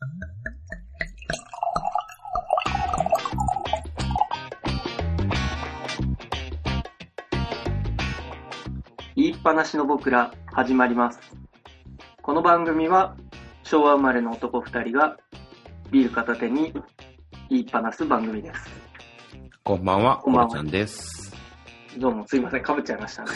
言いっぱなしの僕ら始まります。この番組は昭和生まれの男2人がビール片手に言いっぱなす番組です。 こんばんは、コロちゃんです。 どうもすいません、被っちゃいましたね。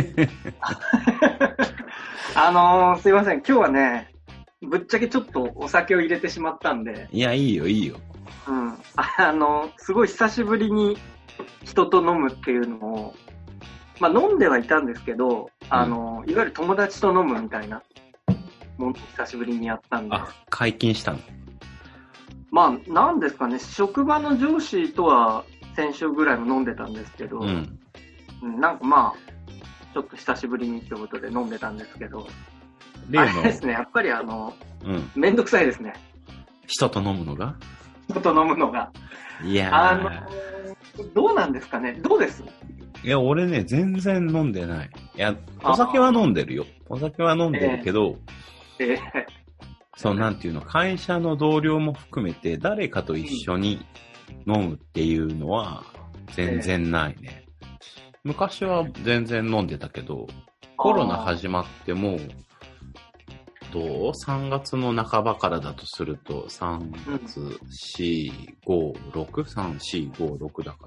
すいません、今日はね、ぶっちゃけちょっとお酒を入れてしまったんで。 いや、いいよ、いいよ。 うん。すごい久しぶりに人と飲むっていうのを、まあ飲んではいたんですけど、いわゆる友達と飲むみたいなもの久しぶりにやったんで。 あ、解禁したの？ まあ、なんですかね、職場の上司とは先週ぐらいも飲んでたんですけど、なんかまあ、ちょっと久しぶりにってことで飲んでたんですけど、あれですね、やっぱりめんどくさいですね。 人と飲むのが？ 人と飲むのが。 いやどうなんですかね？どうです？ いや、俺ね、全然飲んでない。いや、お酒は飲んでるよ。お酒は飲んでるけど、そう、なんていうの、会社の同僚も含めて誰かと一緒に飲むっていうのは全然ないね。昔は全然飲んでたけど、コロナ始まっても、3月の半ばからだとすると、3月、4、5、6、3、4、5、6だから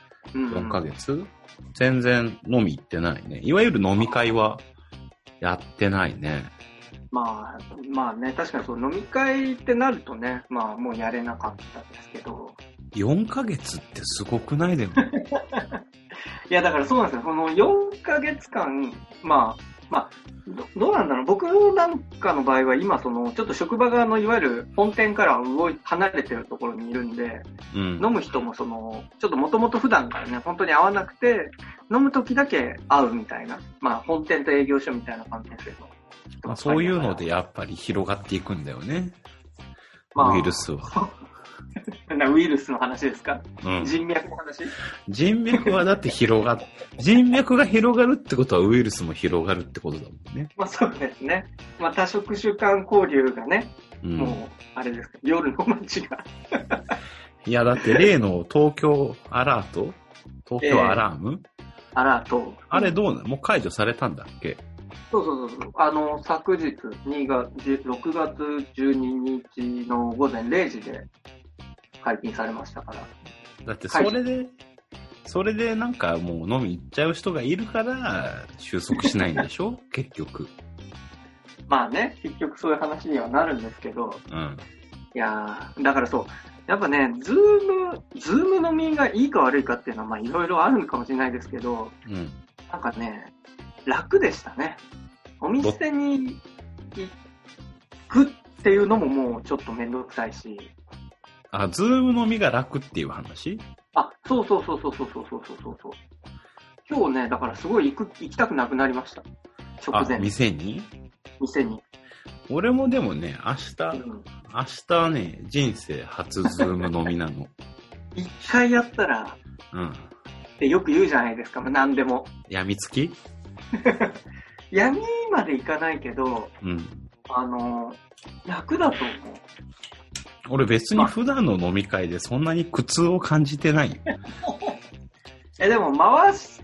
、4ヶ月、全然飲み行ってないね。いわゆる飲み会はやってないね。 まあね、確かにそう飲み会ってなるとね、まあもうやれなかったんですけど。 4ヶ月ってすごくないでも。 いやだからそうなんですよ。この4ヶ月間、まあ、どうなんだろう。僕なんかの場合は今ちょっと職場側のいわゆる本店から離れてるところにいるんで、飲む人もちょっともともと普段からね、本当に会わなくて、飲む時だけ会うみたいな、まあ本店と営業所みたいな関係性の。 まあ、そういうのでやっぱり広がっていくんだよね。まあ、ウイルスは。 ウイルスの話ですか？人脈の話？ 人脈はだって人脈が広がるってことはウイルスも広がるってことだもんね。 まあそうですね。まあ多職種間交流がね、もう、あれですか、夜の街が。 いやだって例の東京アラート？東京アラーム？ アラート。 あれどうなの？もう解除されたんだっけ？ そう。昨日、6月12日の午前0時で解禁されましたから。 だってそれでなんかもう飲み行っちゃう人がいるから収束しないんでしょ結局。まあね、結局そういう話にはなるんですけど。いやー、だからそう。やっぱね、ズーム飲みがいいか悪いかっていうのはまあいろいろあるのかもしれないですけど、なんかね、楽でしたね。お店に行くっていうのももうちょっとめんどくさいし。 あ、ズーム飲みが楽っていう話？ あ、そう。今日ね、だからすごい行きたくなくなりました。直前。 店に。 俺もでもね、明日はね、人生初ズーム飲みなの。 一回やったら、ってよく言うじゃないですか、何でも。 やみつき？ 闇までいかないけど、楽だと思う。 俺別に普段の飲み会でそんなに苦痛を感じてないよ。 でも回す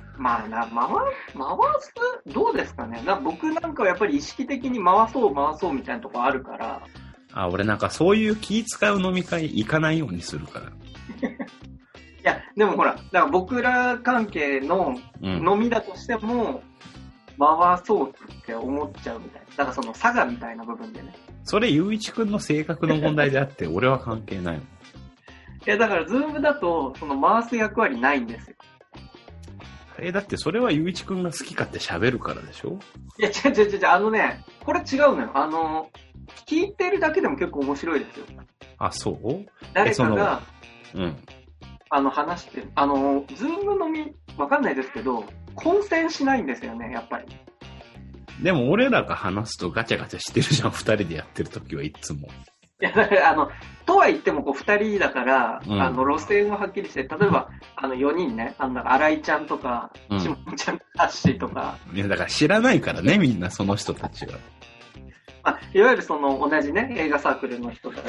どうですかね。僕なんかはやっぱり意識的に回そうみたいなとこあるから。 あ、俺なんかそういう気使う飲み会行かないようにするから。いや、でもほら、だから僕ら関係の飲みだとしても、回そうって思っちゃうみたいな。だからその差がみたいな部分でね。 それ、ゆういちくんの性格の問題であって、俺は関係ないもん。いや、だから、ズームだと、回す役割ないんですよ。 だってそれはゆういちくんが好き勝手喋るからでしょ？いや、 違う、これ違うのよ。聞いてるだけでも結構面白いですよ。 あ、そう？ 誰かが、話して、ズーム飲み、わかんないですけど、混戦しないんですよね、やっぱり。 でも俺らが話すとガチャガチャしてるじゃん、二人でやってる時はいつも。 いや、だからとは言っても二人だから、路線ははっきりして、例えば、4人ね、新井ちゃんとか、しもちゃん、ハッシーとか。 いや、だから知らないからね、みんなその人たちは。 いわゆる同じね、映画サークルの人たち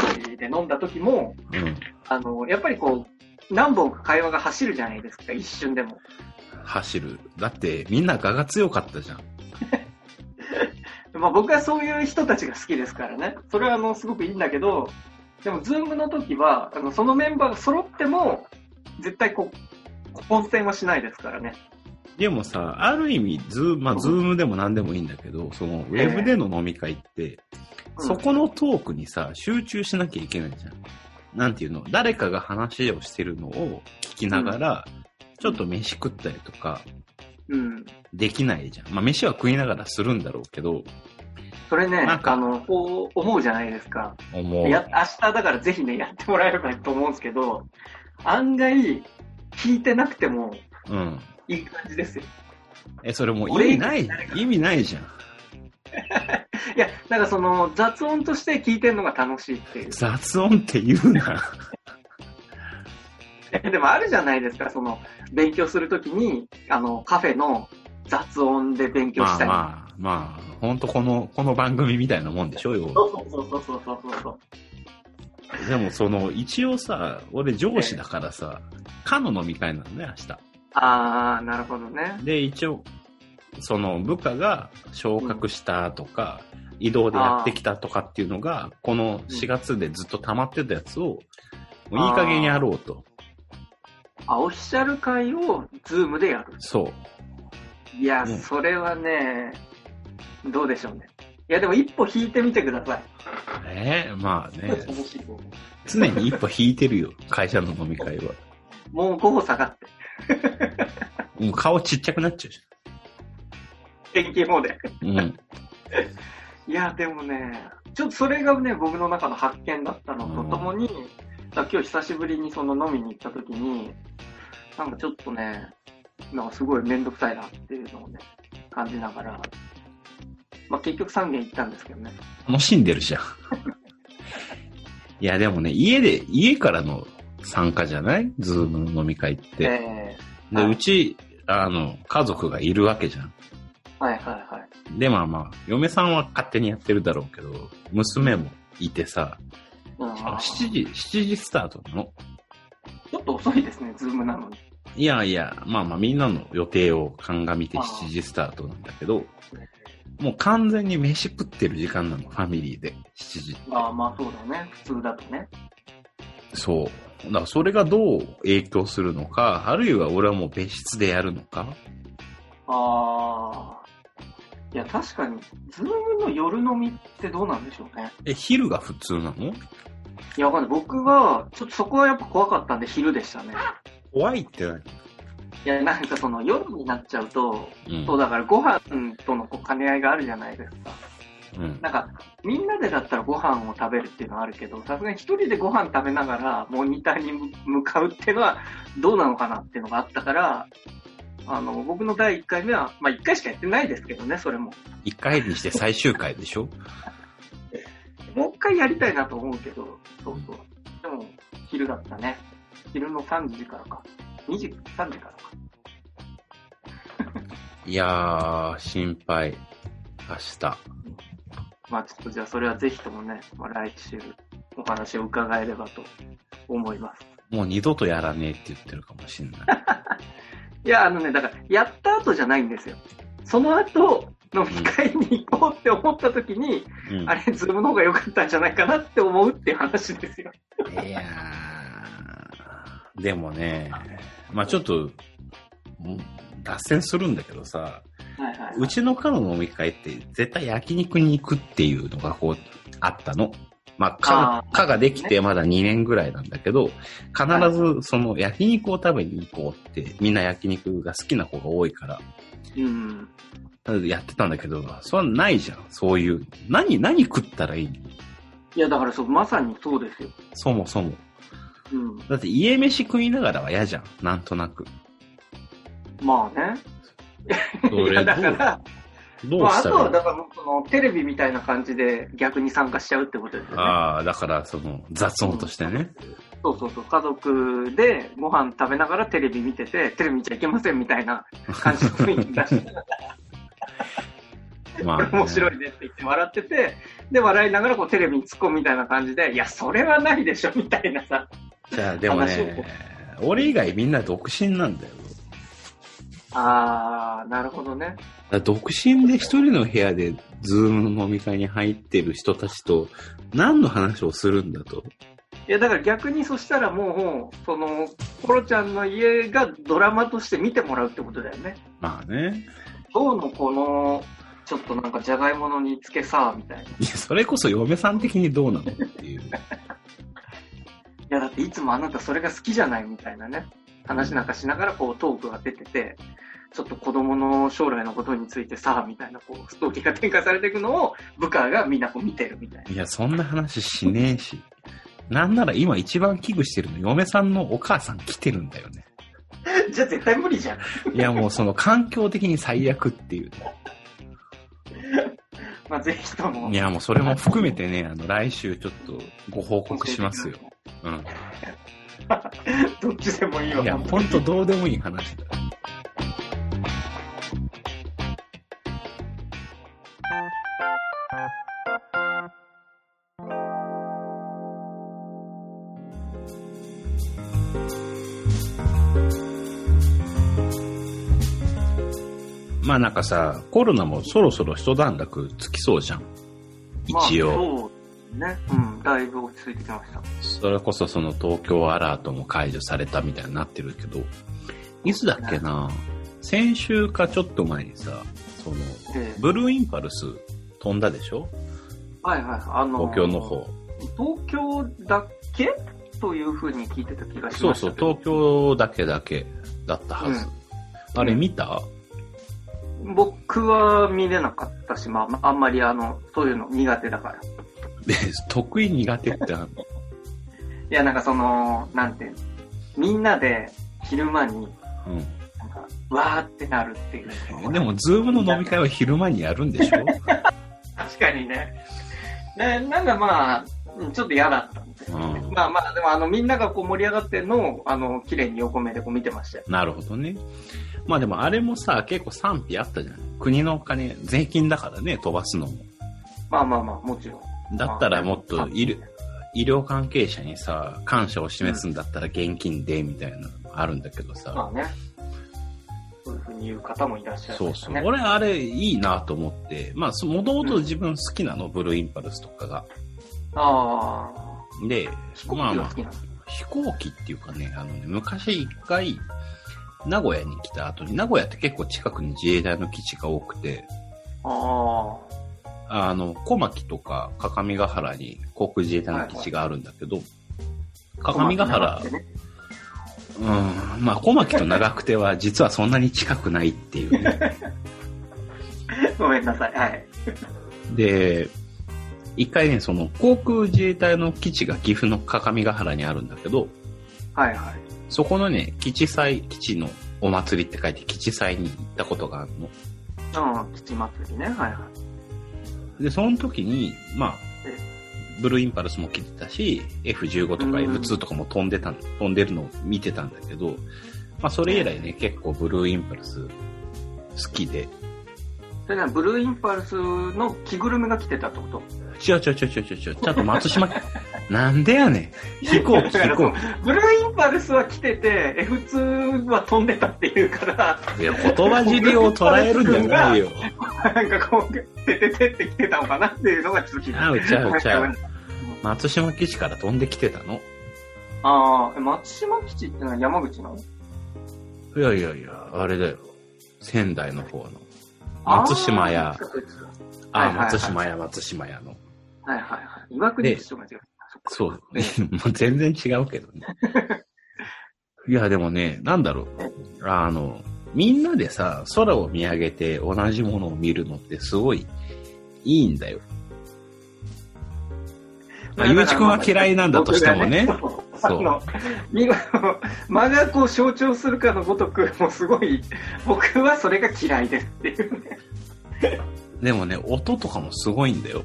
て飲んだ時も、やっぱりこう、何本か会話が走るじゃないですか、一瞬でも。 走る。だって、みんな我が強かったじゃん。 まあ僕はそういう人たちが好きですからね。それはすごくいいんだけど、でも、ズームの時は、そのメンバーが揃っても、絶対こう、混戦はしないですからね。 でもさ、ある意味、ズームでも何でもいいんだけど、その、ウェブでの飲み会って、そこのトークにさ、集中しなきゃいけないじゃん。なんていうの、誰かが話をしてるのを聞きながら、ちょっと飯食ったりとか、できないじゃん。まあ、飯は食いながらするんだろうけど、 それね、こう思うじゃないですか。明日だからぜひね、やってもらえればと思うんですけど、案外、聞いてなくても、いい感じですよ。 それもう意味ないじゃん。 いや、なんかその、雑音として聞いてるのが楽しいっていう。 雑音って言うな。 でもあるじゃないですか、その、勉強するときに、カフェの雑音で勉強したり。 まあ、ほんとこの番組みたいなもんでしょよ。 そう。 でもその、一応さ、俺上司だからさ、課の飲み会なのね、明日。 あー、なるほどね。 で、一応、その部下が昇格したとか、移動でやってきたとかっていうのが、この4月でずっと溜まってたやつを、もういい加減やろうと。 オフィシャル会をズームでやる。 そう。 いや、それはね、どうでしょうね。いや、でも一歩引いてみてください。 まあね。常に一歩引いてるよ、会社の飲み会は。 もう5歩下がって。 もう顔ちっちゃくなっちゃうじ天気もで。 いや、でもね、ちょっとそれがね、僕の中の発見だったのとともに、今日久しぶりにその飲みに行った時に、なんかちょっとね、なんかすごいめんどくさいなっていうのをね、感じながら、まあ結局3軒行ったんですけどね。 楽しんでるじゃん。いや、でもね、家からの参加じゃない？ズームの飲み会って。で、うち、家族がいるわけじゃん。 はい。 で、まあ、嫁さんは勝手にやってるだろうけど、娘もいてさ、7時スタートなの。 ちょっと遅いですね、ズームなのに。 いや、まあ、みんなの予定を鑑みて7時スタートなんだけど、もう完全に飯食ってる時間なの、ファミリーで、7時。 まあそうだね、普通だとね。 そう。だからそれがどう影響するのか、あるいは俺はもう別室でやるのか。 いや、確かに、ズームの夜飲みってどうなんでしょうね。 昼が普通なの？ いや、わかんない。僕は、ちょっとそこはやっぱ怖かったんで昼でしたね。 怖いって何？ いや、なんかその夜になっちゃうと、そうだからご飯との兼ね合いがあるじゃないですか。なんか、みんなでだったらご飯を食べるっていうのはあるけど、さすがに一人でご飯食べながらモニターに向かうっていうのはどうなのかなっていうのがあったから、僕の第1回目は、まあ1回しかやってないですけどね、それも。 1回にして最終回でしょ？ もう一回やりたいなと思うけど、そう。でも、昼だったね。昼の3時からか。3時からか。 いやー、心配。明日。 まあちょっとじゃあそれはぜひともね、来週お話を伺えればと思います。 もう二度とやらねえって言ってるかもしれない。 いや、だから、やった後じゃないんですよ。その後、飲み会に行こうって思った時に、あれ、ズームの方が良かったんじゃないかなって思うっていう話ですよ。 いやー、でもね、まあちょっと、脱線するんだけどさ、うちの課の飲み会って絶対焼肉に行くっていうのがこう、あったの。まあ、課ができてまだ2年ぐらいなんだけど、必ずその焼肉を食べに行こうって、みんな焼肉が好きな子が多いから。やってたんだけど、それはないじゃん、そういう。何食ったらいいの？ いや、だからまさにそうですよ。 そもそも。だって家飯食いながらは嫌じゃん、なんとなく。 まあね。 それだから、どうしたら、 あとはだからテレビみたいな感じで逆に参加しちゃうってことですよね。 だから雑音としてね。 そう。家族でご飯食べながらテレビ見てて、テレビ見ちゃいけませんみたいな感じの雰囲気出して。 まあ、 面白いねって言って笑ってて、で、笑いながらこうテレビに突っ込むみたいな感じで、いや、それはないでしょ、みたいなさ。 じゃあ、でもね、俺以外みんな独身なんだよ。 なるほどね。 独身で一人の部屋でズームの飲み会に入ってる人たちと何の話をするんだと。 いや、だから逆にそしたらもう、その、コロちゃんの家がドラマとして見てもらうってことだよね。 まあね。 今日のこの、ちょっとなんかじゃがいもの煮付けさ、みたいな。いや、それこそ嫁さん的にどうなのっていう。いや、だっていつもあなたそれが好きじゃないみたいなね。話なんかしながらこうトークが出てて、ちょっと子供の将来のことについてさ、みたいなこうストーリーが展開されていくのを部下がみんなこう見てるみたいな。 いや、そんな話しねえし。なんなら今一番危惧してるの嫁さんのお母さん来てるんだよね。 じゃあ絶対無理じゃん。 いや、もうその環境的に最悪っていう。 まあぜひとも。 いや、もうそれも含めてね、来週ちょっとご報告しますよ。うん。 どっちでもいいわ。 いや、ほんとどうでもいい話だ。まあなんかさ、コロナもそろそろ一段落つきそうじゃん。一応。 まあ、そうね。うん、だいぶ落ち着いてきました。 それこそその東京アラートも解除されたみたいになってるけど、いつだっけな、先週かちょっと前にさ、その、ブルーインパルス飛んだでしょ？ はいはい。 東京の方。 東京だけという風に聞いてた気がします。 そうそう、東京だけだったはず。あれ見た？ 僕は見れなかったし、まあ、あんまりそういうの苦手だから。 得意苦手ってあるの？いや、なんかその、なんていうの、みんなで昼間に、なんか、わーってなるっていう。 でも、ズームの飲み会は昼間にやるんでしょ？ 確かにね。なんかまあ、ちょっと嫌だったんですよね。まあまあ、でもみんながこう盛り上がってるのを、綺麗に横目でこう見てましたよ。 なるほどね。まあでもあれもさ、結構賛否あったじゃない。国のお金、税金だからね、飛ばすのも。 まあまあまあ、もちろん。 だったらもっと医療関係者にさ、感謝を示すんだったら現金で、みたいなのあるんだけどさ。 まあね。そういうふうに言う方もいらっしゃる、ね。 そうそう。俺あれいいなと思って、まあ、もともと自分好きなの、ブルーインパルスとかが。 ああ。 で、 飛行機が好きなの？ 飛行機っていうかね、昔一回、名古屋に来た後に、名古屋って結構近くに自衛隊の基地が多くて、小牧とか各務原に航空自衛隊の基地があるんだけど、各務原、まあ小牧と長久手は実はそんなに近くないっていうね。 ごめんなさい。はい。 で、一回ね、その航空自衛隊の基地が岐阜の各務原にあるんだけど、 はいはい。 そこのね、基地のお祭りって書いて基地祭に行ったことがあるの。 基地祭りね。はいはい。 で、その時に、まあ、ブルーインパルスも来てたし、F15 とか F2 とかも飛んでるのを見てたんだけど、まあそれ以来ね、結構ブルーインパルス好きで。 それな、ブルーインパルスの着ぐるみが来てたってこと？ ちゃんと松島、なんでやねん。飛行機。 ブルーインパルスは来てて、F2 は飛んでたっていうから。 いや、言葉尻を捉えるんじゃないよ。 なんかこう、てって来てたのかなっていうのがちょっと気になる。 ちゃう。松島基地から飛んできてたの。 松島基地ってのは山口の？ いや、あれだよ。仙台の方の。松島屋。松島屋の。 はいはいはい。岩国基地と間違えた。 そう。全然違うけどね。いや、でもね、なんだろう。みんなでさ、空を見上げて同じものを見るのってすごいいいんだよ。まあ、ゆういちくんは嫌いなんだとしてもね。そう。 間がこう象徴するかのごとく、もうすごい、僕はそれが嫌いですっていうね。 でもね、音とかもすごいんだよ。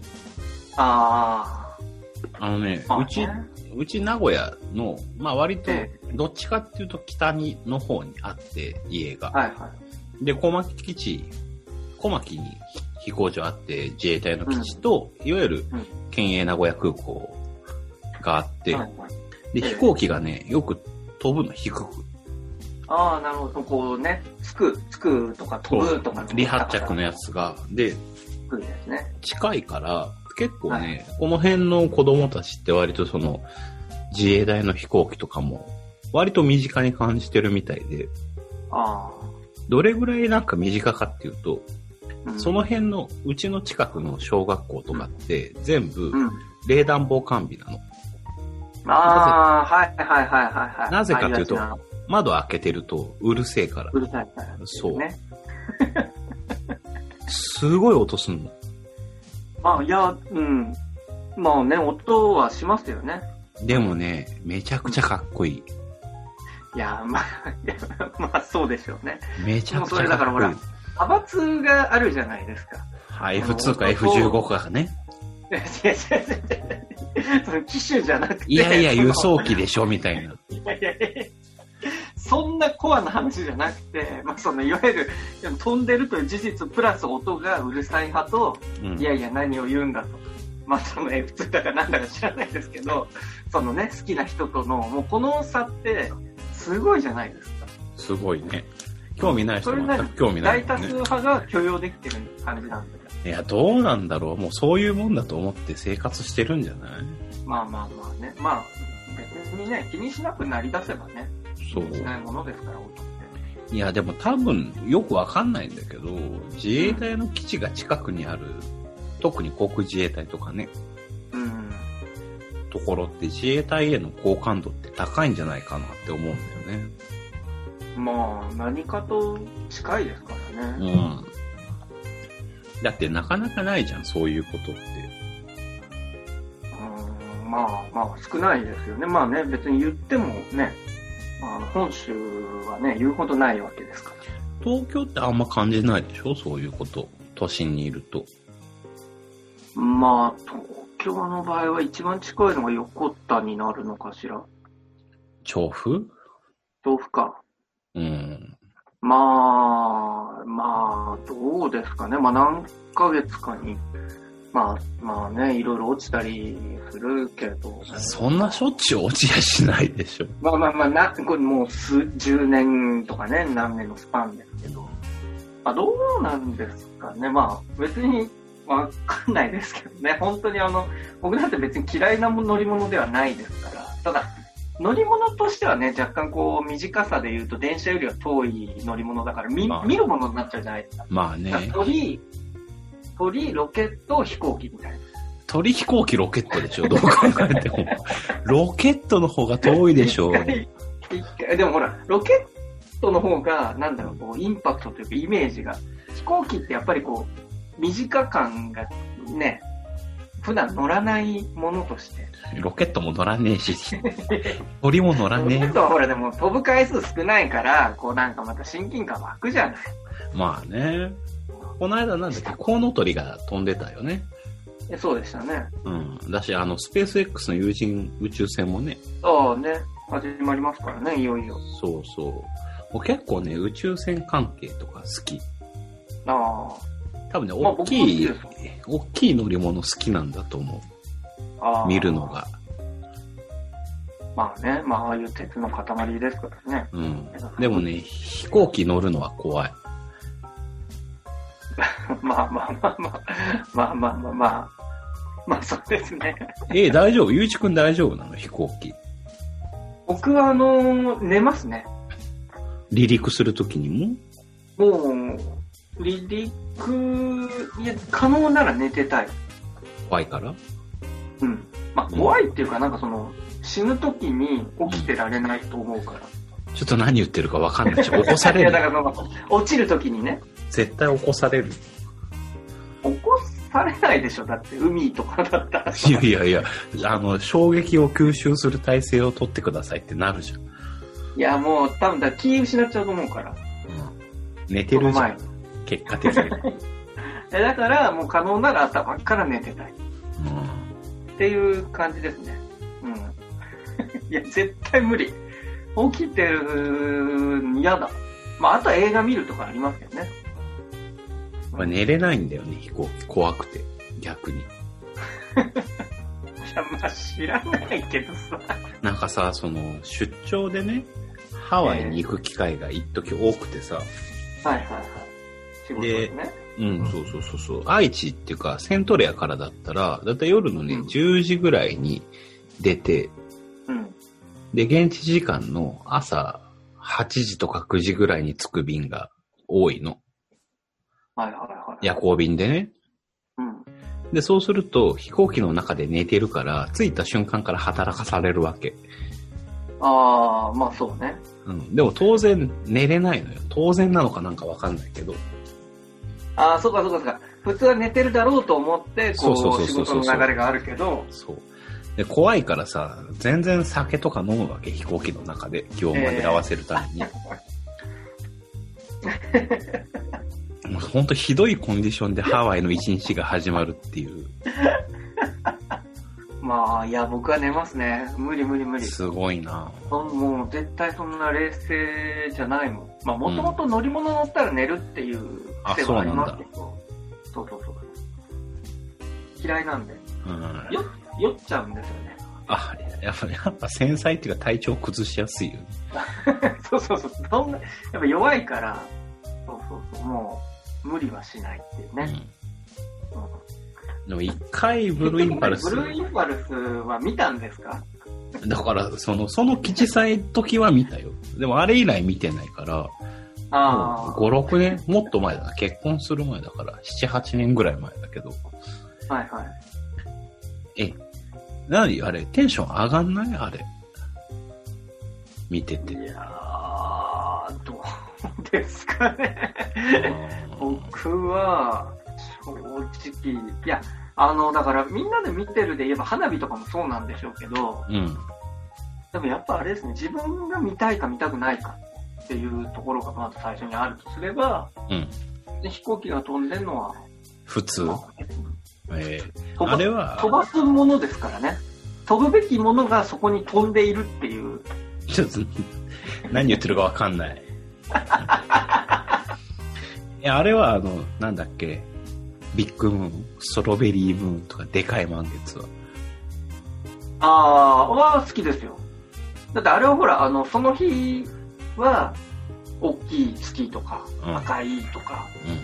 うち名古屋の、まあ割と、どっちかっていうと北の方にあって、家が。はいはい。で、小牧に飛行場あって、自衛隊の基地と、いわゆる県営名古屋空港があって、で、飛行機がね、よく飛ぶの、低く。 ああ、なるほど。こうね、つくとか飛ぶとか。 離発着のやつが、で、 ですね、 近いから、結構ね、この辺の子供たちって割とその、自衛隊の飛行機とかも、割と身近に感じてるみたいで、どれぐらいなんか身近かっていうと、その辺のうちの近くの小学校とかって全部冷暖房完備なの。 はいはいはいはいはい。 なぜかというと、窓開けてるとうるせえから。 うるさいから。 そう。すごい音すんの。 いや、まあね、音はしますよね。 でもね、めちゃくちゃかっこいい。 いや、まあそうでしょうね。 めちゃくちゃかっこいい。 それだからほら、派閥があるじゃないですか。 F2 か F15 かね。 違う。その機種じゃなくて。 いやいや、輸送機でしょ、みたいな。 いやそんなコアな話じゃなくて、そのいわゆる飛んでるという事実プラス音がうるさい派と、いやいや何を言うんだと。その F2 だかなんだか知らないですけど、そのね、好きな人との、もうこの差ってすごいじゃないですか。 すごいね。興味ない人全く興味ない、ね。 大多数派が許容できてる感じなんですよ。 いや、どうなんだろう。もうそういうもんだと思って生活してるんじゃない？ まあね。別にね、気にしなくなりだせばね。 そう。 気にしないものですから、音って。 いや、でも多分よくわかんないんだけど、自衛隊の基地が近くにある、特に航空自衛隊とかね。ところって自衛隊への好感度って高いんじゃないかなって思うんだよね。 何かと近いですからね。 だってなかなかないじゃん、そういうことって。 少ないですよね。別に言ってもね、本州はね、言うほどないわけですから。 東京ってあんま感じないでしょ、そういうこと。都心にいると。 東京の場合は一番近いのが横田になるのかしら。 調布か。どうですかね。何ヶ月かに、いろいろ落ちたりするけど。 そんなしょっちゅう落ちやしないでしょ。 これもう10年とかね、何年のスパンですけど。どうなんですかね。別にわかんないですけどね。本当に僕なんて別に嫌いな乗り物ではないですから。ただ、乗り物としてはね、若干こう、短さで言うと電車よりは遠い乗り物だから、見るものになっちゃうじゃないですか。鳥、ロケット、飛行機みたいな。 鳥、飛行機、ロケットでしょ、どう考えても。ロケットの方が遠いでしょ。 でもほら、ロケットの方が、インパクトというかイメージが、飛行機ってやっぱりこう、短感がね、普段乗らないものとして。 ロケットも乗らねえし、鳥も乗らねえ。 ロケットはほらでも飛ぶ回数少ないから、また親近感湧くじゃない。 ね。この間コウノトリが飛んでたよね。 そうでしたね。 だし、スペース X の有人宇宙船もね。 始まりますからね、いよいよ。 そうそう。もう結構ね、宇宙船関係とか好き。多分ね、大きい乗り物好きなんだと思う。見るのが。 ああいう鉄の塊ですからね。 でもね、飛行機乗るのは怖い。 そうですね。 大丈夫？ゆういちくん大丈夫なの？飛行機。 僕は寝ますね。 離陸するときにも？ もう、離陸、可能なら寝てたい。 怖いから？ 怖いっていうか、死ぬときに起きてられないと思うから。 ちょっと何言ってるか分かんないし、起こされる。 いや、だから落ちるときにね。 絶対起こされる。 起こされないでしょ、だって海とかだったら。 いや、衝撃を吸収する体制を取ってくださいってなるじゃん。 いや、もう多分気失っちゃうと思うから。 寝てるじゃん。結果的に。 だからもう可能なら頭から寝てたい。っていう感じですね。いや、絶対無理。起きてる、嫌だ。あとは映画見るとかありますけどね。 これ寝れないんだよね、飛行機。怖くて。逆に。 いや、まあ知らないけどさ。 なんかさ、その、出張でね、ハワイに行く機会が一時多くてさ。 はいはいはい。仕事ですね。 うん、そう。愛知っていうか、セントレアからだったら、だいたい夜のね、10時ぐらいに出て、 うん。 で、現地時間の朝8時とか9時ぐらいに着く便が多いの。 はいはいはい。 夜行便でね。 うん。 で、そうすると、飛行機の中で寝てるから、着いた瞬間から働かされるわけ。 ああ、まあそうね。 うん。でも当然寝れないのよ。当然なのかなんかわかんないけど。 ああ、そうか。普通は寝てるだろうと思って、こう、仕事の流れがあるけど。 そう。で、怖いからさ、全然酒とか飲むわけ、飛行機の中で。業務まで合わせるために。もうほんとひどいコンディションでハワイの一日が始まるっていう。 まあ、いや、僕は寝ますね。無理。 すごいな。 もう絶対そんな冷静じゃないもん。まあ、もともと乗り物乗ったら寝るっていう癖はありますけど。そう。嫌いなんで。 うん。 酔っちゃうんですよね。 あ、やっぱ繊細っていうか体調崩しやすいよね。 そう。そんな、やっぱ弱いから、そう。もう、無理はしないっていうね。 でも一回ブルーインパルス。 ブルーインパルスは見たんですか？ だから、その基地祭時は見たよ。でもあれ以来見てないから、5、6年もっと前だな。結婚する前だから、7、8年ぐらい前だけど。 はい。 何あれ、テンション上がんないあれ。見てて。 いやー、どうですかね。僕は、正直、いや、だからみんなで見てるで言えば花火とかもそうなんでしょうけど、 うん。 でもやっぱあれですね、自分が見たいか見たくないかっていうところがまず最初にあるとすれば、 うん。 で飛行機が飛んでるのは、 普通。あれは、 飛ばすものですからね。飛ぶべきものがそこに飛んでいるっていう。 ちょっと、何言ってるかわかんない。いや、あれはなんだっけ、ビッグムーン、ストロベリームーンとかでかい満月は。 は好きですよ。だってあれはほら、その日は、大きい月とか、赤いとか、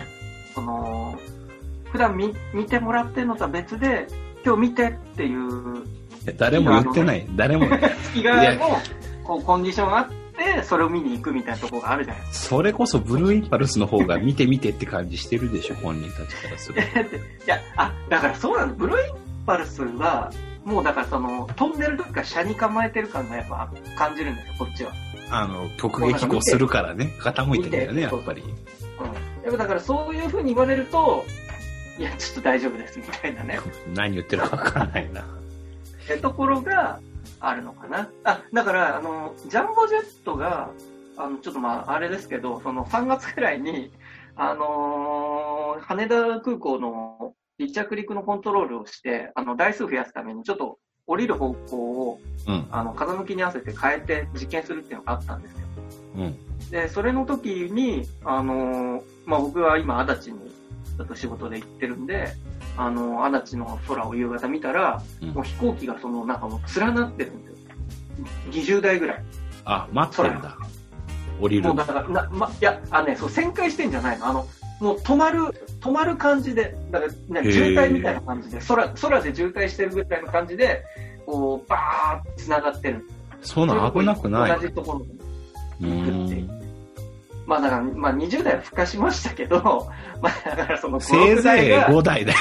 普段見てもらってるのとは別で、今日見てっていう。 誰も言ってない。誰も。 月側のこうコンディションがあって、それを見に行くみたいなところがあるじゃないですか。 それこそブルーインパルスの方が見てって感じしてるでしょ、本人たちからすると。 いや、だからそうなの。ブルーインパルスは、もうだから飛んでる時から車に構えてる感がやっぱ感じるんですよ、こっちは。 曲撃こうするからね、傾いてるんだよね、やっぱり。 やっぱだからそういう風に言われると、いや、ちょっと大丈夫です、みたいなね。 何言ってるかわかんないな。 ってところがあるのかな。だから、ジャンボジェットが、ちょっとあれですけど、3月くらいに、羽田空港の離着陸のコントロールをして、台数増やすために、ちょっと降りる方向を、風向きに合わせて変えて実験するっていうのがあったんですよ。で、それの時に、僕は今、足立に、ちょっと仕事で行ってるんで、足立の空を夕方見たら、もう飛行機がなんかもう連なってるんですよ。20台ぐらい。 待ってんだ。降りる。 もうだから、いや、そう、旋回してんじゃないの。もう止まる感じで、だから、渋滞みたいな感じで、空で渋滞してるぐらいの感じで、こう、バーッ繋がってる。 そんな危なくない。 同じところに行くっていう。だから、20台は吹かしましたけど、だからせいぜい5台だよ。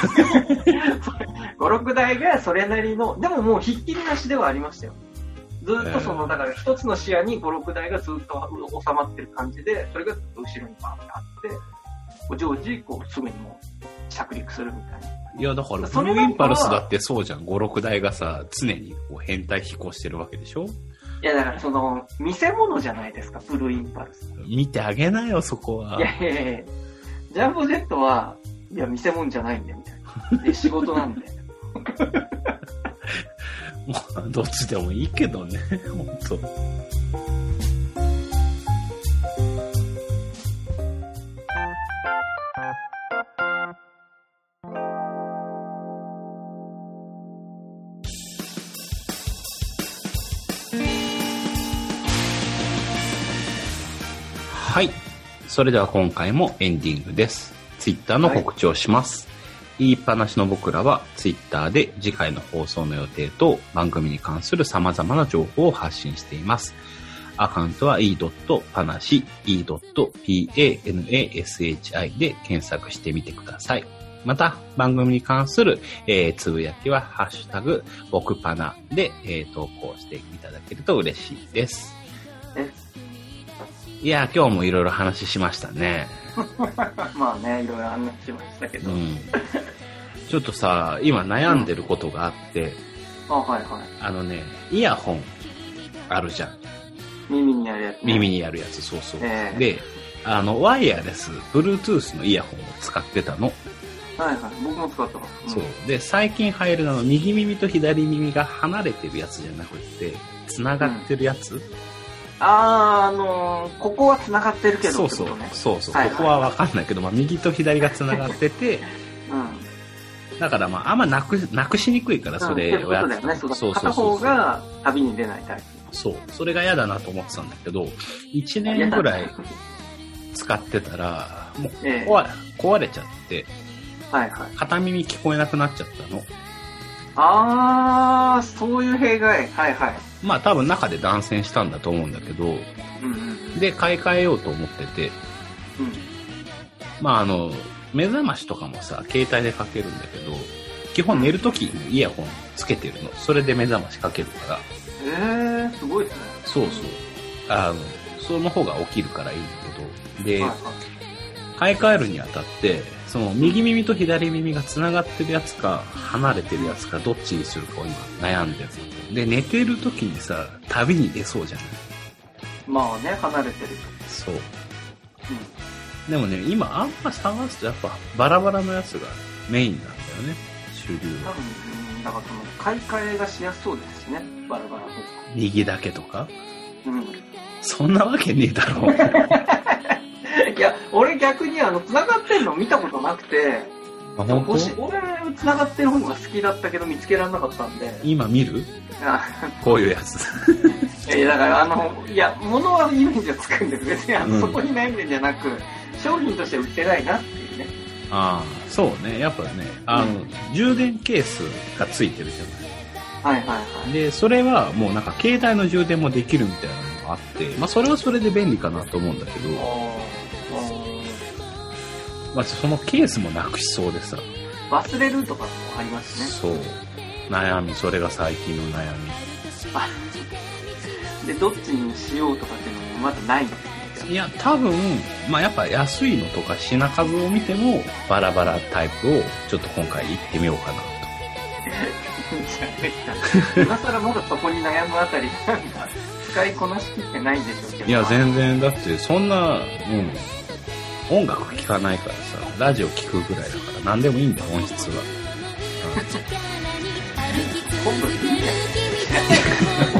5、6台がそれなりの、でももうひっきりなしではありましたよ。ずっとだから一つの視野に5、6台がずっと収まってる感じで、それがずっと後ろにバーってあって、常時、すぐにもう着陸するみたいな。 いや、だから、ブルーインパルスだってそうじゃん。5、6台がさ、常に編隊飛行してるわけでしょ？ いや、だから見せ物じゃないですか、ブルーインパルス。 見てあげなよ、そこは。 いや、ジャンボジェットは、いや、見せ物じゃないんだよ、みたいな。で、仕事なんで。 どっちでもいいけどね、本当。 はい。それでは今回もエンディングです。ツイッターの告知をします。言いっぱなしの僕らはツイッターで次回の放送の予定と番組に関する様々な情報を発信しています。アカウントは e.panashi e.panashi で検索してみてください。また、番組に関する、つぶやきは、ハッシュタグ、僕パナで、投稿していただけると嬉しいです。いや、今日もいろいろ話しましたね。 まあね、いろいろ話しましたけど。 ちょっとさ、今悩んでることがあって、 はいはい。 イヤホンあるじゃん。 耳にやるやつ、ね。 耳にやるやつ、そうそう。で、ワイヤレス、Bluetooth のイヤホンを使ってたの。 はいはい。僕も使ってます。 そう。で、最近入る右耳と左耳が離れてるやつじゃなくて、繋がってるやつ、 ここは繋がってるけど、 そう、ここはわかんないけど、右と左が繋がってて、だからあんまなくしにくいから、それをやってた。 そう。片方が旅に出ないタイプ。 そう。それが嫌だなと思ってたんだけど、1年ぐらい使ってたら、もう壊れちゃって、片耳聞こえなくなっちゃったの。 そういう弊害。 多分中で断線したんだと思うんだけど、で、買い替えようと思ってて、目覚ましとかもさ、携帯でかけるんだけど、基本寝るときにイヤホンつけてるの。それで目覚ましかけるから。 すごいですね。 そう。その方が起きるからいいんだけど、で、買い替えるにあたって、その右耳と左耳が繋がってるやつか、離れてるやつか、どっちにするかを今悩んでる。で、寝てる時にさ、旅に出そうじゃない？ まあね、離れてる。 そう。でもね、今あんま探すとやっぱバラバラのやつがメインなんだよね、主流は。多分、 だから買い替えがしやすそうですしね、バラバラの方が。 右だけとか？そんなわけねえだろ。 いや、俺逆に繋がってるの見たことなくて、俺繋がってる方が好きだったけど見つけられなかったんで。 今見る？こういうやつ。 だから物はイメージがつくんです。別にそこに悩んでんじゃなく、商品として売ってないなっていうね。 そうね。やっぱね、充電ケースがついてるじゃない。で、それはもう携帯の充電もできるみたいなのがあって、それはそれで便利かなと思うんだけど、そのケースもなくしそうでさ。 忘れるとかもありますね。 そう。悩み、それが最近の悩み。で、どっちにしようとかっていうのもまだないんですね。 いや、多分、やっぱ安いのとか品数を見ても、バラバラタイプをちょっと今回行ってみようかなと。 今更まだそこに悩むあたり、使いこなしきってないんでしょうけど。 いや、全然、だってそんな、音楽聴かないからさ、ラジオ聴くぐらいだから何でもいいんだよ、音質は。 今度いいね。